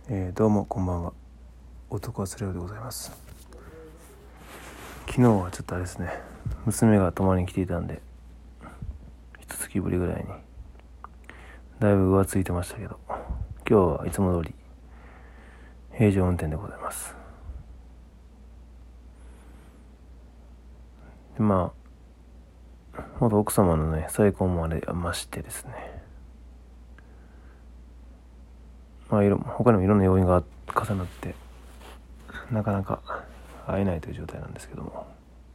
どうもこんばんは。男はつれよでございます。昨日はちょっとあれですね、娘が泊まりに来ていたんで一月ぶりぐらいにだいぶ浮ついてましたけど、今日はいつも通り平常運転でございます。で元奥様のね再婚もあましてですね、他にもいろんな要因が重なってなかなか会えないという状態なんですけども、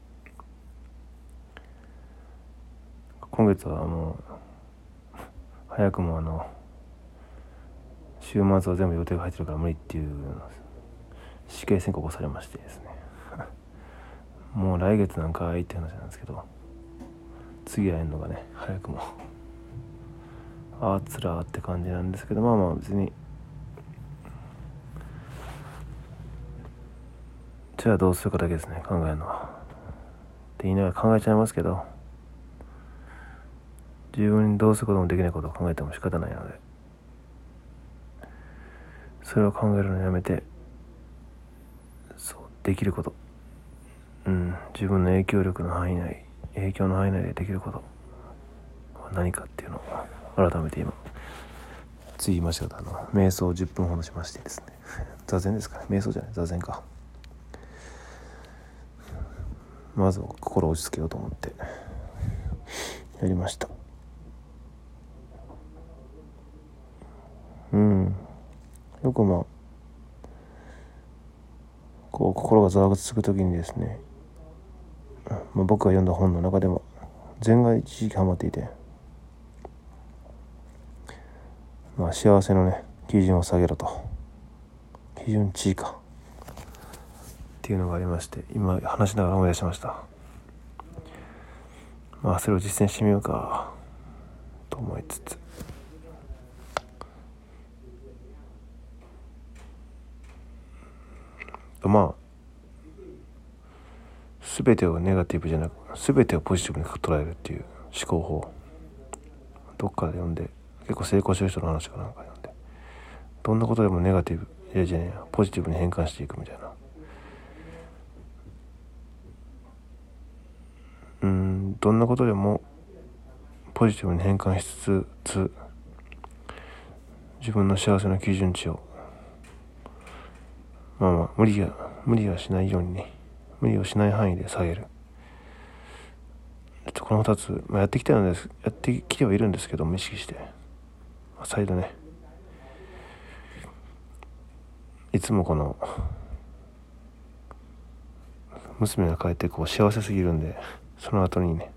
今月はもう早くも週末は全部予定が入ってるから無理っていう死刑宣告をされましてですねもう来月なんかいって話なんですけど、次会えるのがね早くもつらーって感じなんですけど、別にじゃあどうするかだけですね、考えるのは。って言いながら考えちゃいますけど、自分にどうすることもできないことを考えても仕方ないので、それを考えるのやめて、できること、自分の影響の範囲内でできることは何かっていうのを改めて今つい言いましたけど、瞑想を10分ほどしましてですね座禅ですかね、瞑想じゃない座禅か。まず心を落ち着けようと思ってやりました。よく心がざわつく時にですね、僕が読んだ本の中でも禅が一時期ハマっていて、幸せのね基準を下げろと、基準値かっていうのがありまして、今話しながら思い出しました。それを実践してみようかと思いつつ、全てをネガティブじゃなく全てをポジティブに捉えるっていう思考法、どっかで読んで、結構成功してる人の話かなんか読んで、どんなことでもネガティブポジティブに変換していくみたいな、どんなことでもポジティブに変換しつつ自分の幸せの基準値を無理はしないようにね、無理をしない範囲で下げる。この2つ、やってきてはいるんですけども、意識して再度ね、いつもこの娘が帰って幸せすぎるんで、その後にね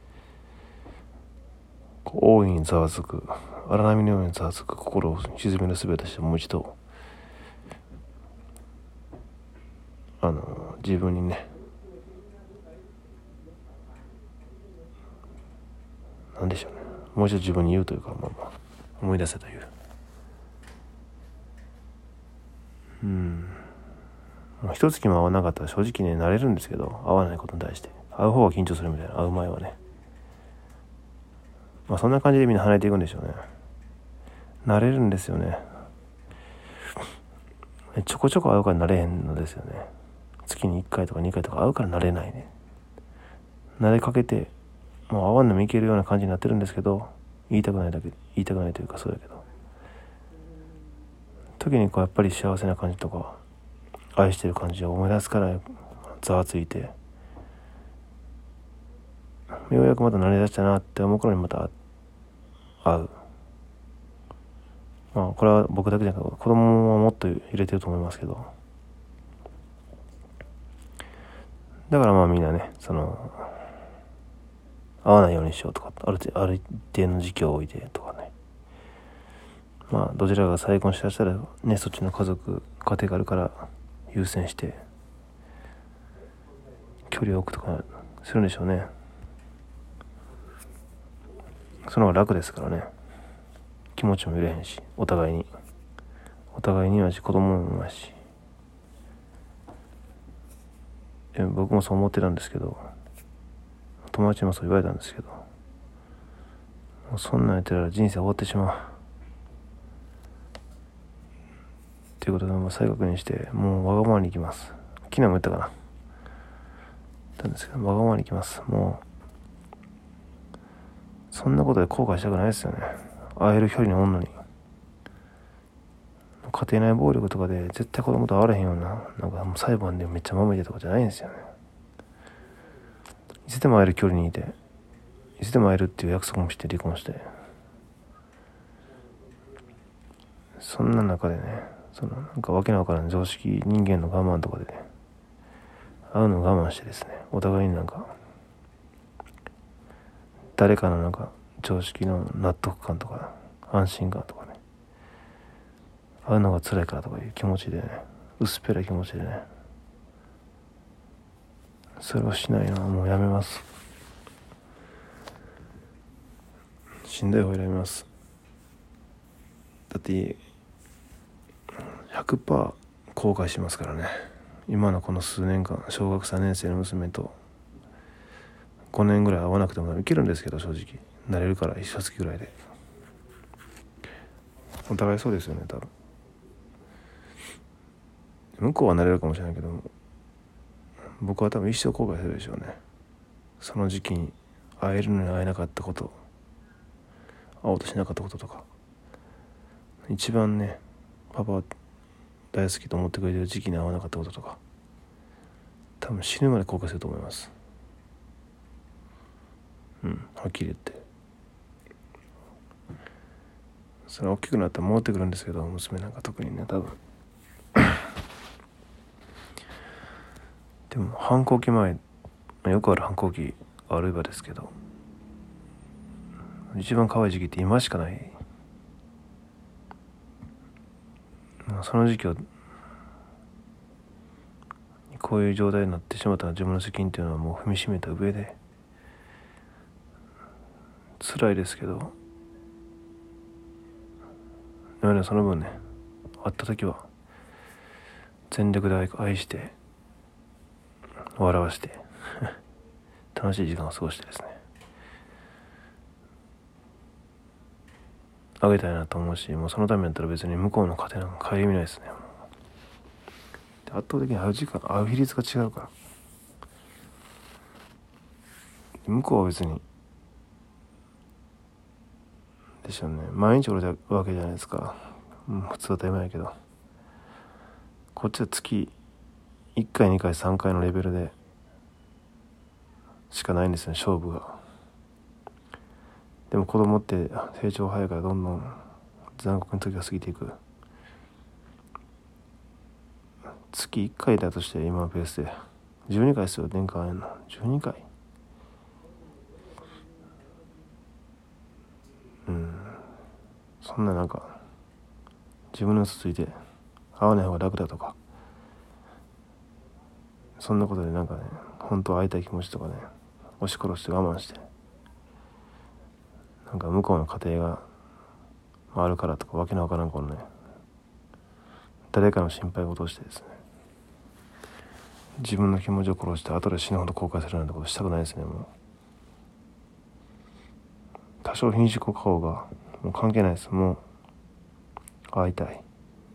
大いにざわつく、荒波のようにざわつく心を沈める術としてもう一度自分にね、なんでしょうね、もう一度自分に言うというか、思い出せという、もう一月も会わなかったら正直ね慣れるんですけど、会わないことに対して会う方が緊張するみたいな、会う前はね、そんな感じでみんな離れていくんでしょうね。慣れるんですよね。ちょこちょこ会うから慣れへんのですよね。月に1回とか2回とか会うから慣れないね。慣れかけてもう会わんでもいけるような感じになってるんですけど、言いたくないというかそうだけど、時にやっぱり幸せな感じとか愛してる感じを思い出すからざわついて、ようやくまた慣れ出したなって思う頃にまた会う。これは僕だけじゃなく子供はもっと入れてると思いますけど、だからみんなね会わないようにしようとか、ある一定の時期を置いてとかね、どちらが再婚したらね、そっちの家庭があるから優先して距離を置くとかするんでしょうね。その方が楽ですからね、気持ちも揺れへんし、お互いにはし、子供もいますし。僕もそう思ってたんですけど、友達にもそう言われたんですけど、もうそんなんやってたら人生終わってしまうっということで、再確認して、もうわがままに行きます。昨日も言ったかな。言ったんですけど、わがままに行きます。もう、そんなことで後悔したくないですよね。会える距離におんのに。家庭内暴力とかで絶対子供と会われへんような、なんかもう裁判でめっちゃ揉めてとかじゃないんですよね。いつでも会える距離にいて、いつでも会えるっていう約束もして離婚して、そんな中でね、なんかわけのわからん常識人間の我慢とかでね、会うのを我慢してですね、お互いになんか誰かのなんか常識の納得感とか安心感とかね、会うのが辛いからとかいう気持ちでね、薄っぺらい気持ちでね、それをしないのはもうやめます。しんどい方選びます。だって100% 後悔しますからね。今のこの数年間、小学3年生の娘と5年ぐらい会わなくてもいけるんですけど、正直慣れるから一月ぐらいで。お互いそうですよね、多分。向こうは慣れるかもしれないけど、僕は多分一生後悔するでしょうね。その時期に会えるのに会えなかったこと、会おうとしなかったこととか、一番ね、パパは大好きと思ってくれてる時期に会わなかったこととか、多分死ぬまで後悔すると思います。はっきり言って。それは大きくなったら戻ってくるんですけど、娘なんか特にね、多分。でも反抗期前、よくある反抗期あるいはですけど、一番可愛い時期って今しかない。その時期をこういう状態になってしまった自分の責任っていうのはもう踏みしめた上で、辛いですけど、でもね、その分ね、会った時は全力で愛して笑わして楽しい時間を過ごしてですね、あげたいなと思うし、もうそのためだったら別に向こうの家庭なんか顧みないですね。圧倒的に会う時間、会う比率が違うから。向こうは別にでしょうね、毎日おるわけじゃないですか。普通は当たり前やけど、こっちは月1回2回3回のレベルでしかないんですね、勝負が。でも子供って成長早いからどんどん残酷な時が過ぎていく。月1回だとして今のペースで12回ですよ、年間やんの12回。そんななんか自分の嘘ついて会わない方が楽だとか、そんなことでなんかね、本当は会いたい気持ちとかね、押し殺して我慢して、なんか向こうの家庭があるからとかわけのわからんこのね、誰かの心配事をしてですね、自分の気持ちを殺して後で死ぬほど後悔するなんてことしたくないですね。もう多少品種過保がもう関係ないです。もう会いたい。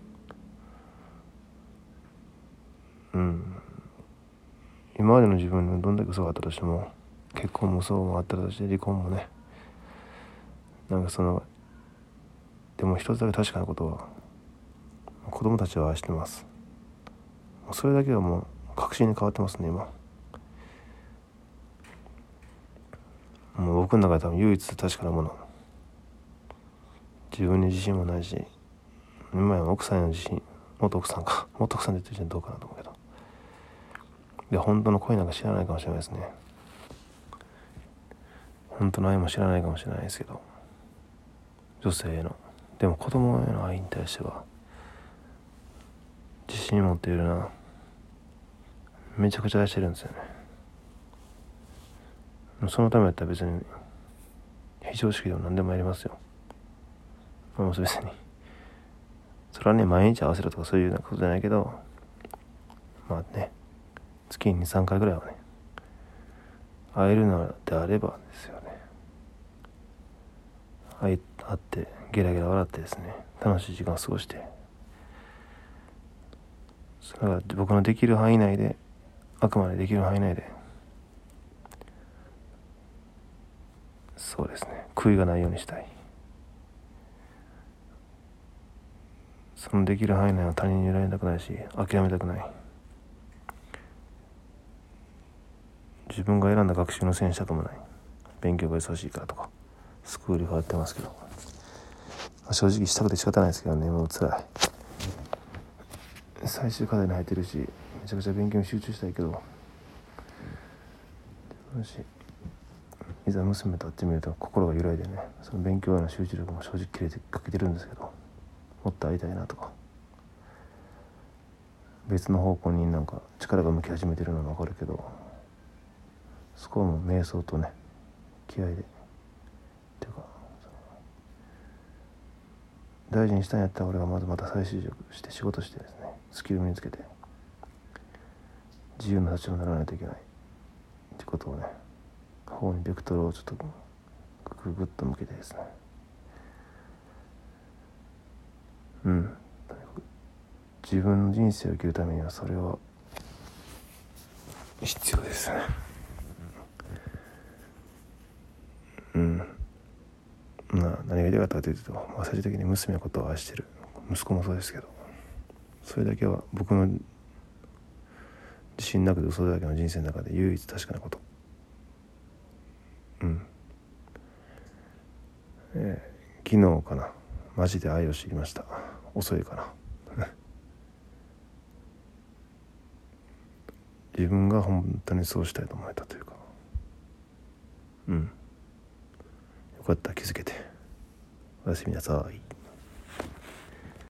今までの自分のどんだけ嘘があったとしても、結婚も嘘もあったとして離婚もね、なんかでも一つだけ確かなことは、子供たちは愛してます。それだけはもう確信に変わってますね、今。もう僕の中で多分唯一確かなもの。自分に自信もないし、今や奥さんへの自信、元奥さんか、元奥さんで言ってる時点でどうかなと思うけど、で本当の恋なんか知らないかもしれないですね。本当の愛も知らないかもしれないですけど、女性への、でも子供への愛に対しては自信持っているな。めちゃくちゃ愛してるんですよね。そのためだったら別に非常識でも何でもやりますよ。もう別にそれはね、毎日合わせるとかそういうようなことじゃないけど、まあね、月に 2,3 回ぐらいはね、会えるのであればですよね、会ってゲラゲラ笑ってですね、楽しい時間を過ごして、 だから僕のできる範囲内で、あくまでできる範囲内で、そうですね、悔いがないようにしたい。そのできる範囲内は他人に揺られたくないし、諦めたくない。自分が選んだ学習のせいにしたくもない。勉強が忙しいからとか、スクール変わってますけど、正直したくて仕方ないですけどね、もう辛い。最終課題に入ってるし、めちゃくちゃ勉強に集中したいけど、いざ娘と会ってみると心が揺らいでね、その勉強への集中力も正直切れてかけてるんですけど、もっと会いたいなとか、別の方向になんか力が向き始めてるのも分かるけど、そこはもう瞑想とね、気合でっていうか、大事にしたんやったら俺がまずまた再就職して仕事してですね、スキル身につけて自由な立場にならないといけないってことをね、方にベクトルをちょっとググッと向けてですね、自分の人生を生きるためにはそれは必要ですね。何が言いたかったかというと、最終的に娘のことを愛してる、息子もそうですけど、それだけは僕の自信なくて嘘だらけの人生の中で唯一確かなこと。昨日かな、マジで愛を知りました。遅いかな自分が本当にそうしたいと思えたというか、よかった、気づけて。おやすみなさい。